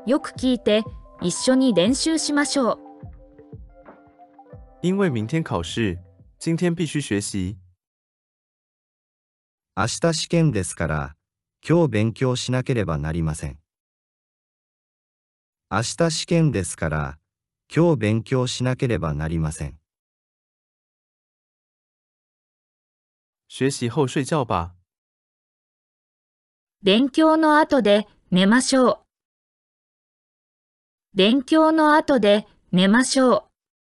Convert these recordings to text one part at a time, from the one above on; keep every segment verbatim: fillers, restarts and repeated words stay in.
よく聞いて、一緒に練習しましょう。 因为明天考试，今天必须学习。 明日試験ですから、今日勉強しなければなりません。明日試験ですから、今日勉強しなければなりません。 学习后睡觉吧。 勉強の後で寝ましょう。勉強の後で寝ましょう。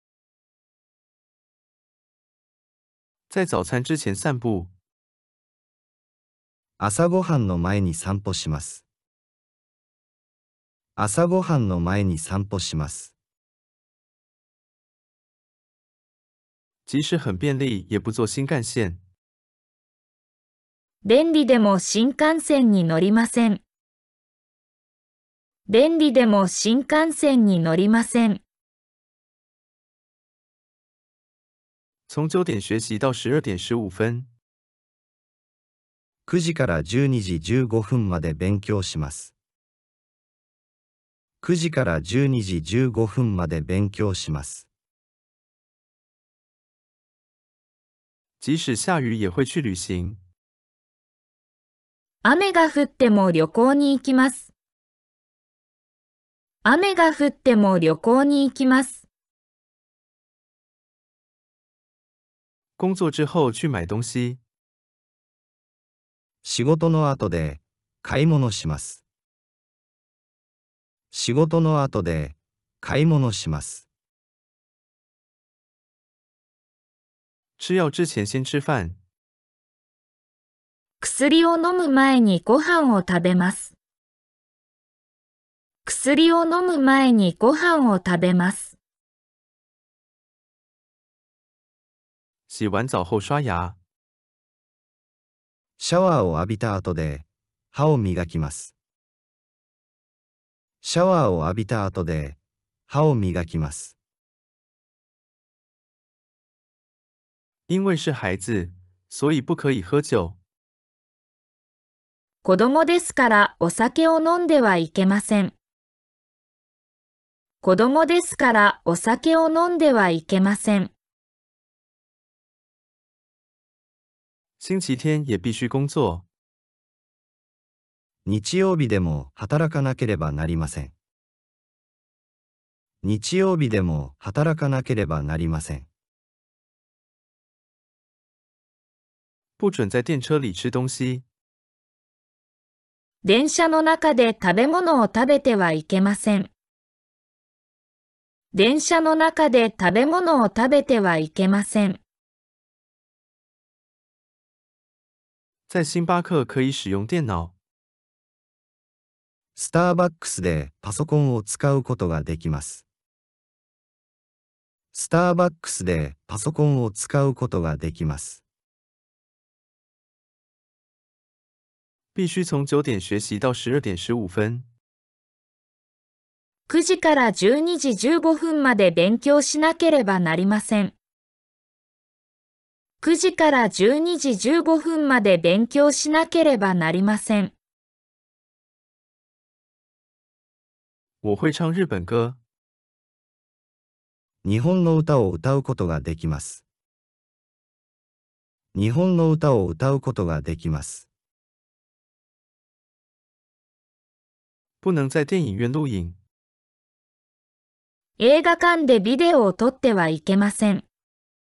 在早餐之前散步。 朝ごはんの前に散歩します。朝ごはんの前に散歩します。 即使很便利，也不坐新干线。 便利でも新幹線に乗りません。便利でも新幹線に乗りません。 从九点学习到十二点十五分。 くじからじゅうにじじゅうごふんまで勉強します。くじからじゅうにじじゅうごふんまで勉強します。 即使下雨也会去旅行。 雨が降っても旅行に行きます。雨が降っても旅行に行きます。 工作之後去買東西。 仕事の後で買い物します。仕事の後で買い物します。 吃药之前先吃飯。 薬を飲む前にご飯を食べます。薬を飲む前にご飯を食べます。 洗完澡後刷牙。 シャワーを浴びた後で歯を磨きます。シャワーを浴びた後で歯を磨きます。 因为是孩子，所以不可以喝酒。 子供ですからお酒を飲んではいけません。子供ですからお酒を飲んではいけません。 星期天也必須工作。 日曜日でも働かなければなりません。日曜日でも働かなければなりません。 不准在電車里吃東西。 電車の中で食べ物を食べてはいけません。電車の中で食べ物を食べてはいけません。 在星巴克可以使用電腦。 スターバックスでパソコンを使うことができます。スターバックスでパソコンを使うことができます。 必須從九點學習到十二點十五分。 くじからじゅうにじじゅうごふんまで勉強しなければなりません。くじからじゅうにじじゅうごふんまで勉強しなければなりません。 我會唱日本歌。 日本の歌を歌うことができます。日本の歌を歌うことができます。 不能在電影院錄影。 映画館でビデオを撮ってはいけません。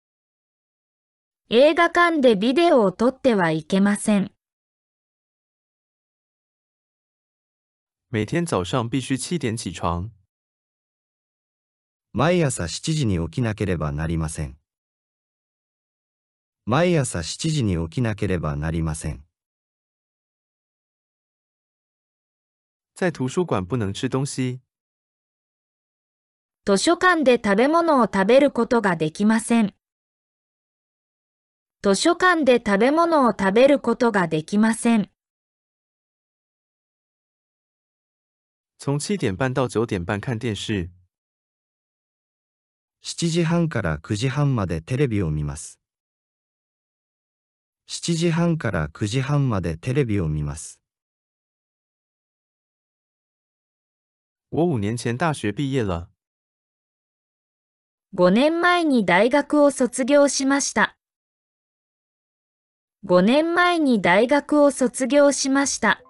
映画館でビデオを撮ってはいけません。 每天早上必須七點起床。 毎朝しちじに起きなければなりません。毎朝しちじに起きなければなりません。 在圖書館不能吃東西。 図書館で食べ物を食べることができません。図書館で食べ物を食べることができません。 從七點半到九點半看電視。 しちじはんからくじはんまでテレビを見ます。しちじはんからくじはんまでテレビを見ます。 我五年前大学毕业了。 ごねんまえに大学を卒業しました。ごねんまえに大学を卒業しました。